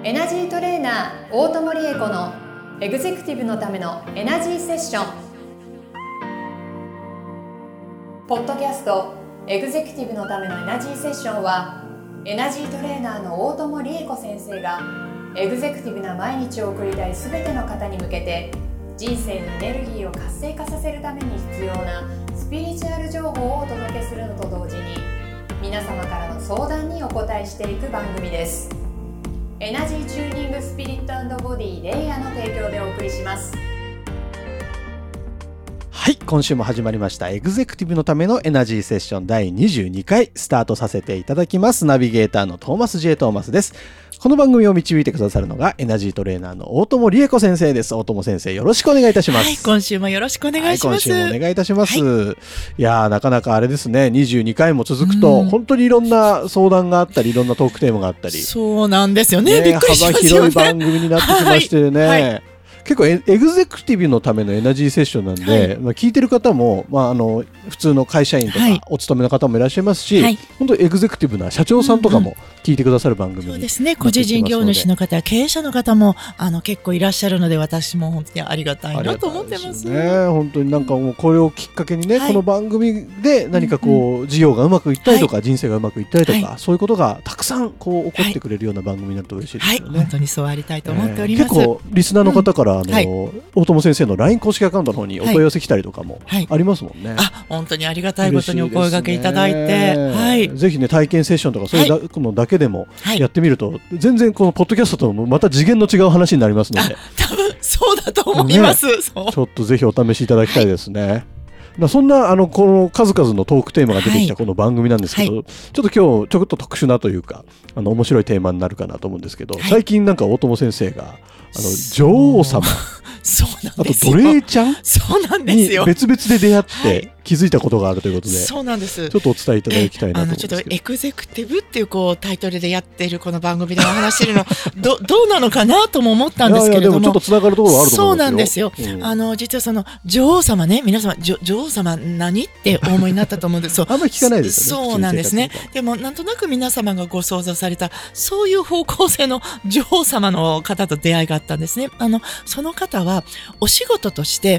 エナジートレーナー大友理恵子のエグゼクティブのためのエナジーセッション。ポッドキャストエグゼクティブのためのエナジーセッションは、エナジートレーナーの大友理恵子先生がエグゼクティブな毎日を送りたいすべての方に向けて、人生のエネルギーを活性化させるために必要なスピリチュアル情報をお届けするのと同時に、皆様からの相談にお答えしていく番組です。エナジーチューニングスピリット&ボディレイヤーの提供でお送りします。 はい、今週も始まりましたエグゼクティブのためのエナジーセッション第22回スタートさせていただきます。ナビゲーターのトーマス J トーマスです。この番組を導いてくださるのがエナジートレーナーの大友理恵子先生です。大友先生、よろしくお願いいたします。 はい、今週もよろしくお願いします。 はい、今週もお願いいたします。 はい、 いやー、なかなかあれですね、22回も続くと本当にいろんな相談があったり、いろんなトークテーマがあったり、 そうなんですよね。びっくりしますよね。 幅広い番組になってきましてね、はいはい、結構エグゼクティブのためのエナジーセッションなんで、はい、聞いてる方も、普通の会社員とかお勤めの方もいらっしゃいますし、はい、本当エグゼクティブな社長さんとかも聞いてくださる番組になってきますので、 そうですね、個人事業主の方、経営者の方も結構いらっしゃるので、私も本当にありがたいなと思ってますね。 本当になんかもうこれをきっかけにね、はい、この番組で何かこう、事業がうまくいったりとか、はい、人生がうまくいったりとか、はい、そういうことがたくさんこう起こってくれるような番組になると嬉しいですよね。 はい、本当にそうありたいと思っております。 結構リスナーの方から大友先生の LINE 公式アカウントの方にお問い合わせ来たりとかもありますもんね。 はい、本当にありがたいことにお声掛けいただいて、はい、 ぜひね、体験セッションとかそういうのだけでもやってみると、全然このポッドキャストともまた次元の違う話になりますので、 多分そうだと思います、 ちょっとぜひお試しいただきたいですね。そんなこの数々のトークテーマが出てきたこの番組なんですけど、はい、ちょっと今日ちょっと特殊なというか面白いテーマになるかなと思うんですけど、はい、最近なんか大友先生が女王様そうなんですよ。 あと奴隷ちゃんそうなんですよ。 に別々で出会って気づいたことがあるということで、 そうなんです。 ちょっとお伝えいただきたいなと思うんですけど、 ちょっとエグゼクティブっていうタイトルでやっているこの番組でお話しするのどうなのかなとも思ったんですけれども、 でもちょっとつながるところがあると思うんですよ。 そうなんですよ。実はその女王様ね、皆様女王様何ってお思いになったと思うんです。 あんまり聞かないですよね。 そうなんですね。でもなんとなく皆様がご想像されたそういう方向性の女王様の方と出会いがあったんですね。その方はお仕事として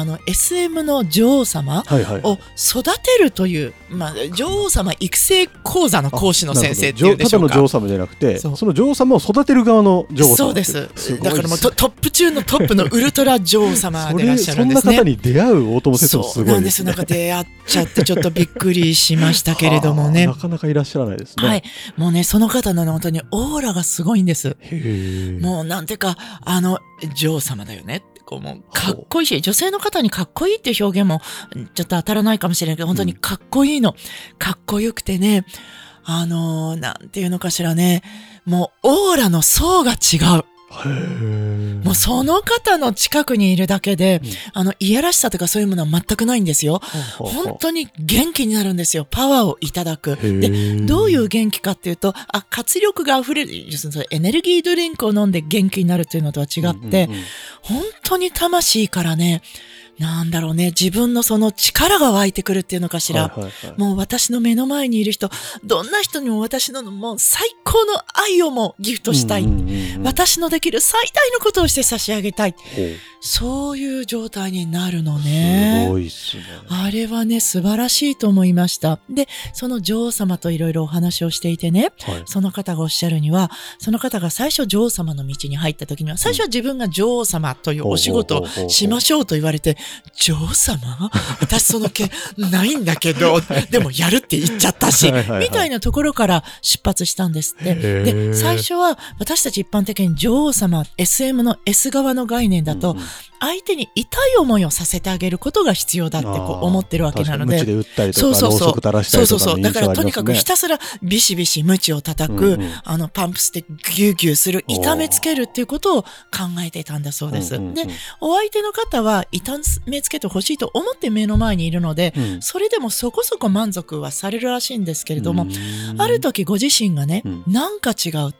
、SM の女王様を育てるという、女王様育成講座の講師の先生っていうんでしょうか。 ただの女王様じゃなくて、その女王様を育てる側の女王様。 そうです。だからもうトップ中のトップのウルトラ女王様でいらっしゃるんですね。 そんな方に出会う大友先生もすごいですね。そうなんです。 なんか出会っちゃってちょっとびっくりしましたけれどもね。 なかなかいらっしゃらないですね。 はい。もうね、その方の本当にオーラがすごいんです。もうなんていうか、女王様だよね。もうかっこいいし、女性の方にかっこいいっていう表現もちょっと当たらないかもしれないけど、本当にかっこいいの。かっこよくてね、なんていうのかしらね、もうオーラの層が違う。もうその方の近くにいるだけで、いやらしさとかそういうものは全くないんですよ。本当に元気になるんですよ。パワーをいただく。で、どういう元気かっていうと、活力が溢れる、エネルギードリンクを飲んで元気になるというのとは違って、本当に魂からね、なんだろうね、自分のその力が湧いてくるっていうのかしら。もう私の目の前にいる人、どんな人にも私のもう最高の愛をもギフトしたい。私のできる最大のことをして差し上げたい。そういう状態になるのね。 すごいっすね。 あれはね、素晴らしいと思いました。で、その女王様といろいろお話をしていてね、その方がおっしゃるには、その方が最初女王様の道に入った時には、最初は自分が女王様というお仕事をしましょうと言われて、女王様私その気ないんだけど、でもやるって言っちゃったし、みたいなところから出発したんですって。で、最初は私たち一般的に女王様、SM の S 側の概念だと、相手に痛い思いをさせてあげることが必要だって思ってるわけなので。 鞭で打ったりとか、ろうそく垂らしたりとかの印象ありますね。 だからとにかくひたすらビシビシ鞭を叩く、パンプスでギューギューする、痛めつけるっていうことを考えていたんだそうです。で、お相手の方は痛めつけてほしいと思って目の前にいるので、それでもそこそこ満足はされるらしいんですけれども、ある時ご自身がね、なんか違うって。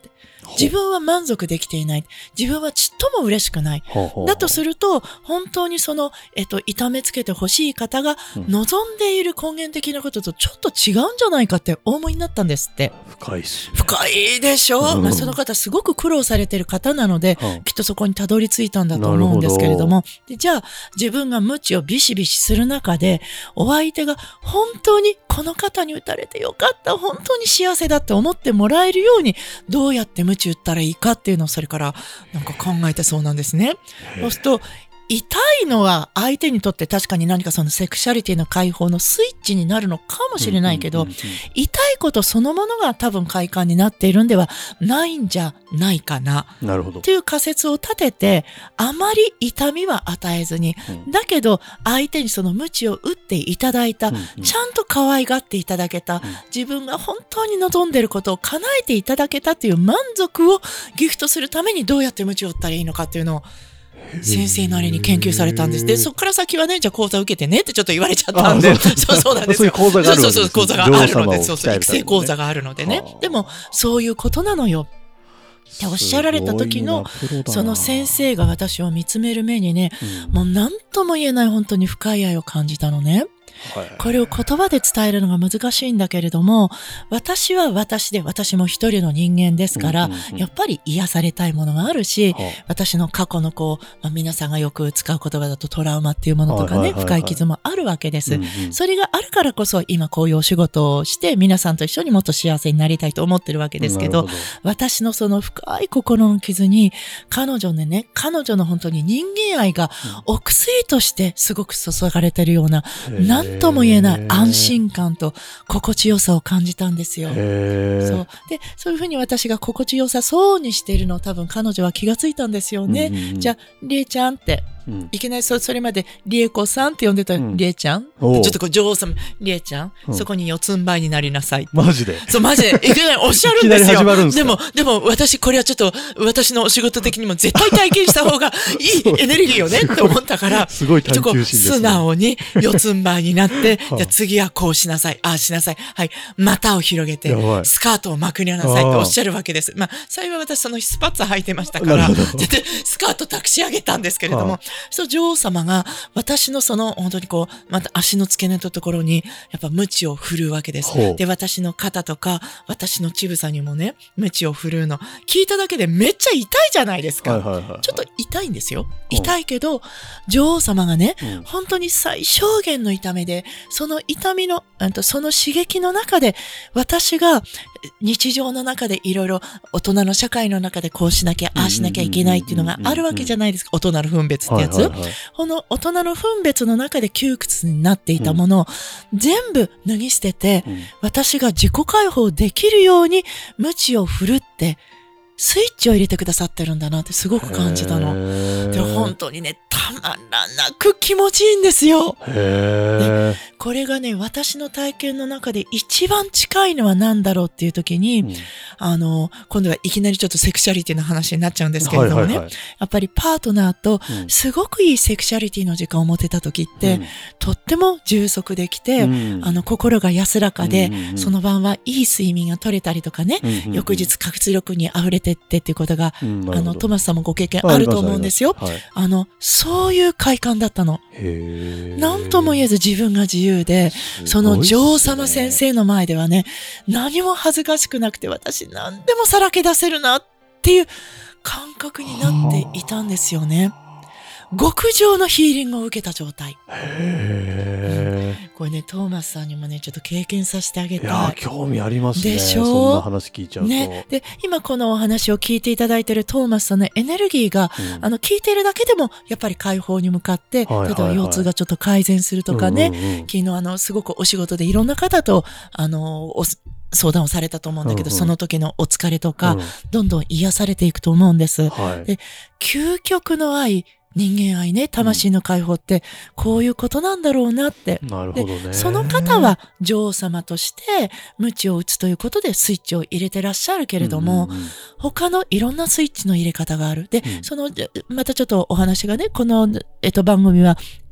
自分は満足できていない。自分はちっとも嬉しくない。だとすると、本当にその、痛めつけてほしい方が望んでいる根源的なこととちょっと違うんじゃないかってお思いになったんですって。 深いっすね。 深いでしょ、まあ、その方すごく苦労されてる方なので、きっとそこにたどり着いたんだと思うんですけれども。で、じゃあ、自分が鞭をビシビシする中で、お相手が本当にこの方に打たれてよかった、本当に幸せだって思ってもらえるように、どうやって鞭打ったらいいかっていうのをそれからなんか考えてそうなんですね。そうすると、痛いのは相手にとって確かに何かそのセクシャリティの解放のスイッチになるのかもしれないけど、痛いことそのものが多分快感になっているんではないんじゃないかな。 なるほど。 っていう仮説を立てて、あまり痛みは与えずに、だけど相手にその鞭を打っていただいた、ちゃんと可愛がっていただけた、自分が本当に望んでいることを叶えていただけたという満足をギフトするためにどうやって鞭を打ったらいいのかっていうのを先生なりに研究されたんです。で、そこから先はね、じゃあ講座受けてねってちょっと言われちゃったんで、そうなんですよ。 そういう講座があるんです。 そう講座があるので、育成講座があるのでね。でも、そういうことなのよ。っておっしゃられた時の、その先生が私を見つめる目にね、もう何とも言えない本当に深い愛を感じたのね。これを言葉で伝えるのが難しいんだけれども、私は私で、私も一人の人間ですから、やっぱり癒されたいものがあるし、私の過去の皆さんがよく使う言葉だとトラウマっていうものとかね、深い傷もあるわけです。それがあるからこそ今こういうお仕事をして皆さんと一緒にもっと幸せになりたいと思ってるわけですけど、私のその深い心の傷に彼女の本当に人間愛がお薬としてすごく注がれてるような、何とも言えない安心感と心地よさを感じたんですよ。そういうふうに私が心地よさそうにしているのを多分彼女は気がついたんですよね。じゃあ、りえちゃんって、いきなりそれまでりえこさんって呼んでたりえちゃん、ちょっと女王様、りえちゃん、そこに四つん這いになりなさい。 マジで？ そう、マジで。いきなりおっしゃるんですよ。 いきなり始まるんですか？ でも私これはちょっと私のお仕事的にも絶対体験した方がいいエネルギーよねって思ったから、 すごい探求心ですね。 素直に四つん這いになって、じゃあ次はこうしなさい、ああしなさい、はい、股を広げて、スカートをまくりなさいっておっしゃるわけです。まあ、幸い私そのスパッツ履いてましたから、スカート託し上げたんですけれども、そう女王様が私のその本当にまた足の付け根のところにやっぱ鞭を振るわけです。で、私の肩とか私の乳房にもね、鞭を振るの聞いただけでめっちゃ痛いじゃないですか。ちょっと痛いんですよ。痛いけど、女王様がね、本当に最小限の痛みで、その痛みの、その刺激の中で、私が日常の中でいろいろ大人の社会の中でこうしなきゃ、ああしなきゃいけないっていうのがあるわけじゃないですか。大人の分別ってやつ。この大人の分別の中で窮屈になっていたものを全部脱ぎ捨てて、私が自己解放できるように鞭を振るって、スイッチを入れてくださってるんだなってすごく感じたの。で、本当にね、たまらなく気持ちいいんですよ。で、これがね、私の体験の中で一番近いのは何だろうっていう時に、今度はいきなりちょっとセクシャリティの話になっちゃうんですけれどもね、やっぱりパートナーとすごくいいセクシャリティの時間を持てた時って、とっても充足できて、心が安らかで、その晩はいい睡眠が取れたりとかね、翌日活力に溢れてっていうことが、トマスさんもご経験あると思うんですよ。そういう快感だったの。なんとも言えず自分が自由で、その女王様先生の前ではね、何も恥ずかしくなくて私何でもさらけ出せるなっていう感覚になっていたんですよね。極上のヒーリングを受けた状態。これね、トーマスさんにもね、ちょっと経験させてあげたい。 いや、興味ありますね。 でしょう。 そんな話聞いちゃうと。 ね。で、今このお話を聞いていただいているトーマスさんのエネルギーが、聞いているだけでも、やっぱり解放に向かって、例えば腰痛がちょっと改善するとかね、昨日すごくお仕事でいろんな方と、相談をされたと思うんだけど、その時のお疲れとか、どんどん癒されていくと思うんです。で、究極の愛、人間愛ね、魂の解放って、こういうことなんだろうなって。 なるほどね。 で、その方は女王様として、鞭を打つということでスイッチを入れてらっしゃるけれども、他のいろんなスイッチの入れ方がある。で、またちょっとお話がね、この、番組は、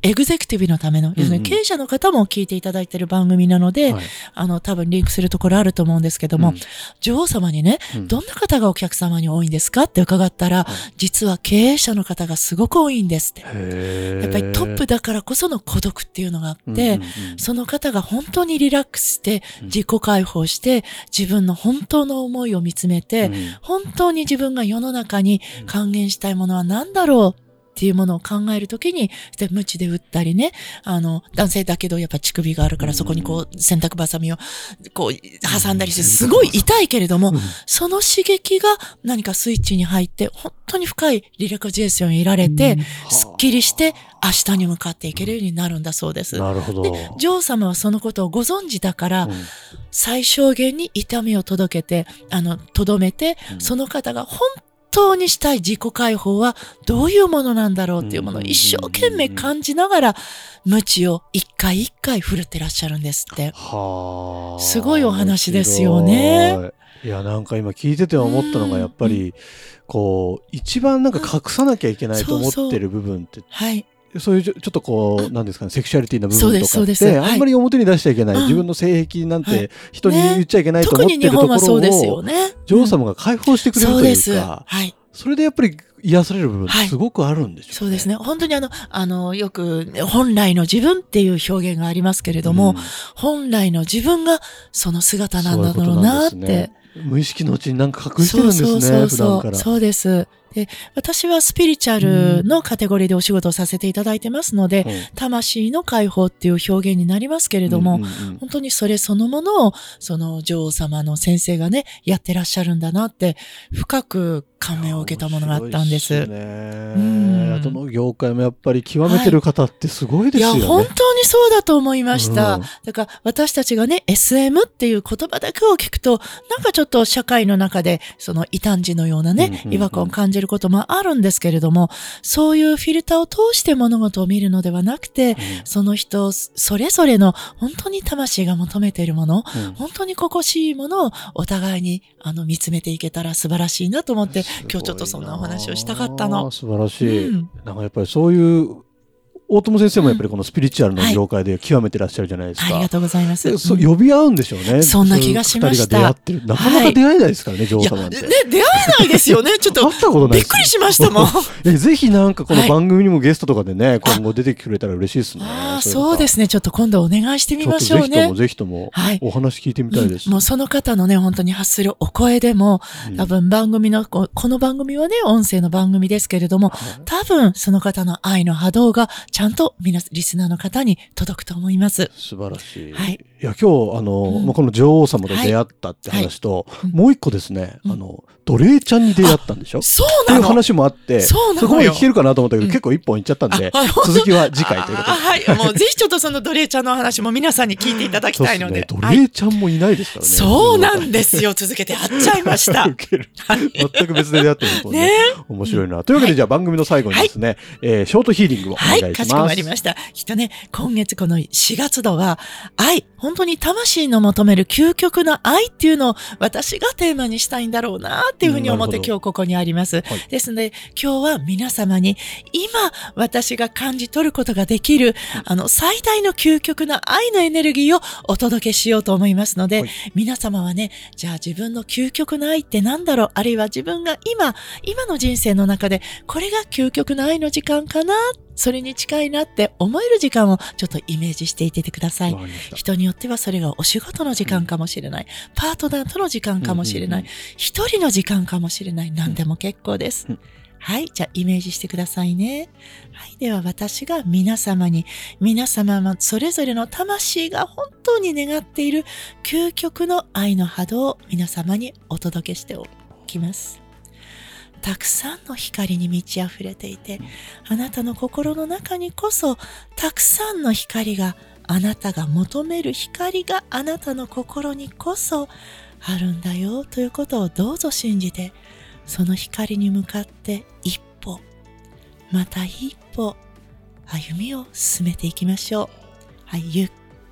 エグゼクティブのための、要するに経営者の方も聞いていただいている番組なので、多分リンクするところあると思うんですけども、女王様にね、どんな方がお客様に多いんですかって伺ったら、実は経営者の方がすごく多いんですって。やっぱりトップだからこその孤独っていうのがあって、その方が本当にリラックスして自己解放して自分の本当の思いを見つめて、本当に自分が世の中に還元したいものは何だろうっていうものを考えるときに、鞭で打ったりね、男性だけどやっぱ乳首があるからそこにこう洗濯バサミをこう挟んだりしてすごい痛いけれども、その刺激が何かスイッチに入って本当に深いリラクゼーションを得られて、すっきりして明日に向かっていけるようになるんだそうです。 なるほど。 で、女王様はそのことをご存知だから、最小限に痛みを届けて、とどめて、その方が本当にしたい自己解放はどういうものなんだろうっていうものを一生懸命感じながら、鞭を一回一回振るってらっしゃるんですって。すごいお話ですよね。 いや、なんか今聞いてて思ったのがやっぱり、こう、一番なんか隠さなきゃいけないと思ってる部分って、そういうちょっとこう、なんですかね、セクシュアリティな部分とかってあんまり表に出しちゃいけない、自分の性癖なんて人に言っちゃいけないと思ってるところを女王様が解放してくれるというか、それでやっぱり癒される部分ってすごくあるんでしょうね。 そうですね。本当によく本来の自分っていう表現がありますけれども、本来の自分がその姿なんだろうなって。 無意識のうちになんか隠してるんですね、普段から。 そうです。で、私はスピリチュアルのカテゴリーでお仕事をさせていただいてますので、魂の解放っていう表現になりますけれども、本当にそれそのものを、その女王様の先生がね、やってらっしゃるんだなって、深く感銘を受けたものがあったんです。 どの業界もやっぱり極めてる方ってすごいですよね。 いや、本当にそうだと思いました。だから私たちがね、SM っていう言葉だけを聞くと、なんかちょっと社会の中で、その異端児のようなね、違和感を感じることもあるんですけれども、そういうフィルターを通して物事を見るのではなくて、その人それぞれの本当に魂が求めているもの、本当に心地いいものをお互いに見つめていけたら素晴らしいなと思って、今日ちょっとそんなお話をしたかったの。 素晴らしい。なんかやっぱりそういう大友先生もやっぱりこのスピリチュアルの業界で極めてらっしゃるじゃないですか。 ありがとうございます。 呼び合うんでしょうね。 そんな気がしました。 二人が出会ってる。なかなか出会えないですからね、女王様なんて。 ね、出会えないですよね。ちょっと会ったことないびっくりしましたもん。 ぜひなんかこの番組にもゲストとかでね、今後出てくれたら嬉しいですね。 そうですね。ちょっと今度お願いしてみましょうね。 ぜひともお話聞いてみたいです。 もうその方のね、本当に発するお声でも、多分番組の、この番組はね、音声の番組ですけれども、多分その方の愛の波動がちゃんとリスナーの方に届くと思います。 素晴らしい。いや、今日、この女王様と出会ったって話と、もう一個ですね、奴隷ちゃんに出会ったんでしょ？ そうなの？ っていう話もあって、そこまで聞けるかなと思ったけど、結構一本いっちゃったんで、続きは次回ということで。 はい、もうぜひちょっとその奴隷ちゃんの話も皆さんに聞いていただきたいので。 奴隷ちゃんもいないですからね。 そうなんですよ。続けて会っちゃいました。 全く別で出会ってるのね。面白いな。というわけで、じゃあ番組の最後にですね、ショートヒーリングをお願いします。はい、かしこまりました。きっとね、 今月この4月度は、愛、本当に魂の求める究極の愛っていうのを私がテーマにしたいんだろうなっていうふうに思って今日ここにあります。ですので、今日は皆様に今私が感じ取ることができる、最大の究極の愛のエネルギーをお届けしようと思いますので、皆様はね、じゃあ自分の究極の愛って何だろう、あるいは自分が今の人生の中でこれが究極の愛の時間かな、それに近いなって思える時間をちょっとイメージしていてください。人によってはそれがお仕事の時間かもしれない、パートナーとの時間かもしれない、一人の時間かもしれない、何でも結構です。はい、じゃあイメージしてくださいね。はい、では私が皆様それぞれの魂が本当に願っている究極の愛の波動を皆様にお届けしておきます。たくさんの光に満ち溢れていて、あなたの心の中にこそたくさんの光が、あなたが求める光があなたの心にこそあるんだよということをどうぞ信じて、その光に向かって一歩また一歩歩みを進めていきましょう。はい、ゆっ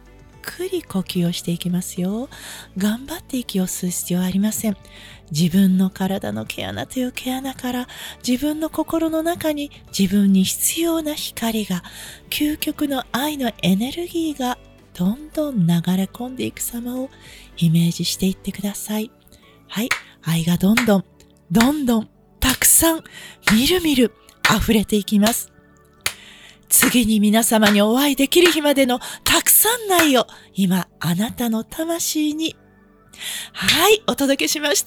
くり呼吸をしていきますよ。頑張って息を吸う必要はありません。自分の体の毛穴という毛穴から自分の心の中に自分に必要な光が、究極の愛のエネルギーがどんどん流れ込んでいく様をイメージしていってください。はい、愛がどんどんたくさんみるみる溢れていきます。次に皆様にお会いできる日までのたくさんの愛を今あなたの魂にお届けしました。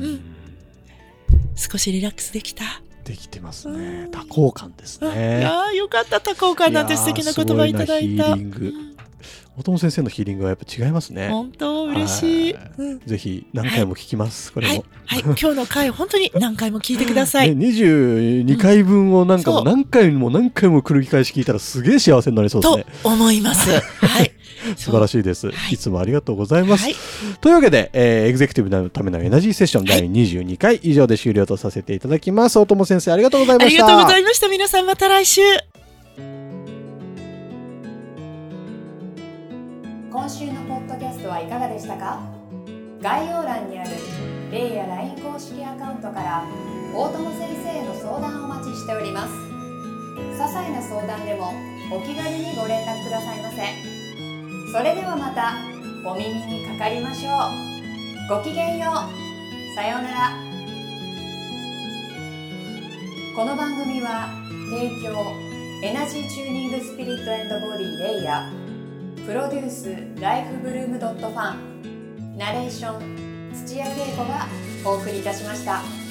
少しリラックスできた？ できてますね。多幸感ですね。 よかった。多幸感なんて素敵な言葉いただいた。 ヒーリング。大友先生のヒーリングはやっぱ違いますね。 本当嬉しい。 ぜひ何回も聞きます。これも。 今日の回本当に何回も聞いてください。 22回分を何回も繰り返し聞いたらすげえ幸せになりそうですね。 と思います。 素晴らしいです。いつもありがとうございます。というわけで、エグゼクティブのためのエナジーセッション第22回以上で終了とさせていただきます。大友先生ありがとうございました。 ありがとうございました。皆さんまた来週。 今週のポッドキャストはいかがでしたか？概要欄にあるレイや LINE 公式アカウントから大友先生への相談をお待ちしております。些細な相談でもお気軽にご連絡くださいませ。それではまたお耳にかかりましょう。ごきげんよう。さようなら。この番組は提供エナジーチューニングスピリット&ボディレイヤー、プロデュースライフブルームドットファン、ナレーション土屋恵子がお送りいたしました。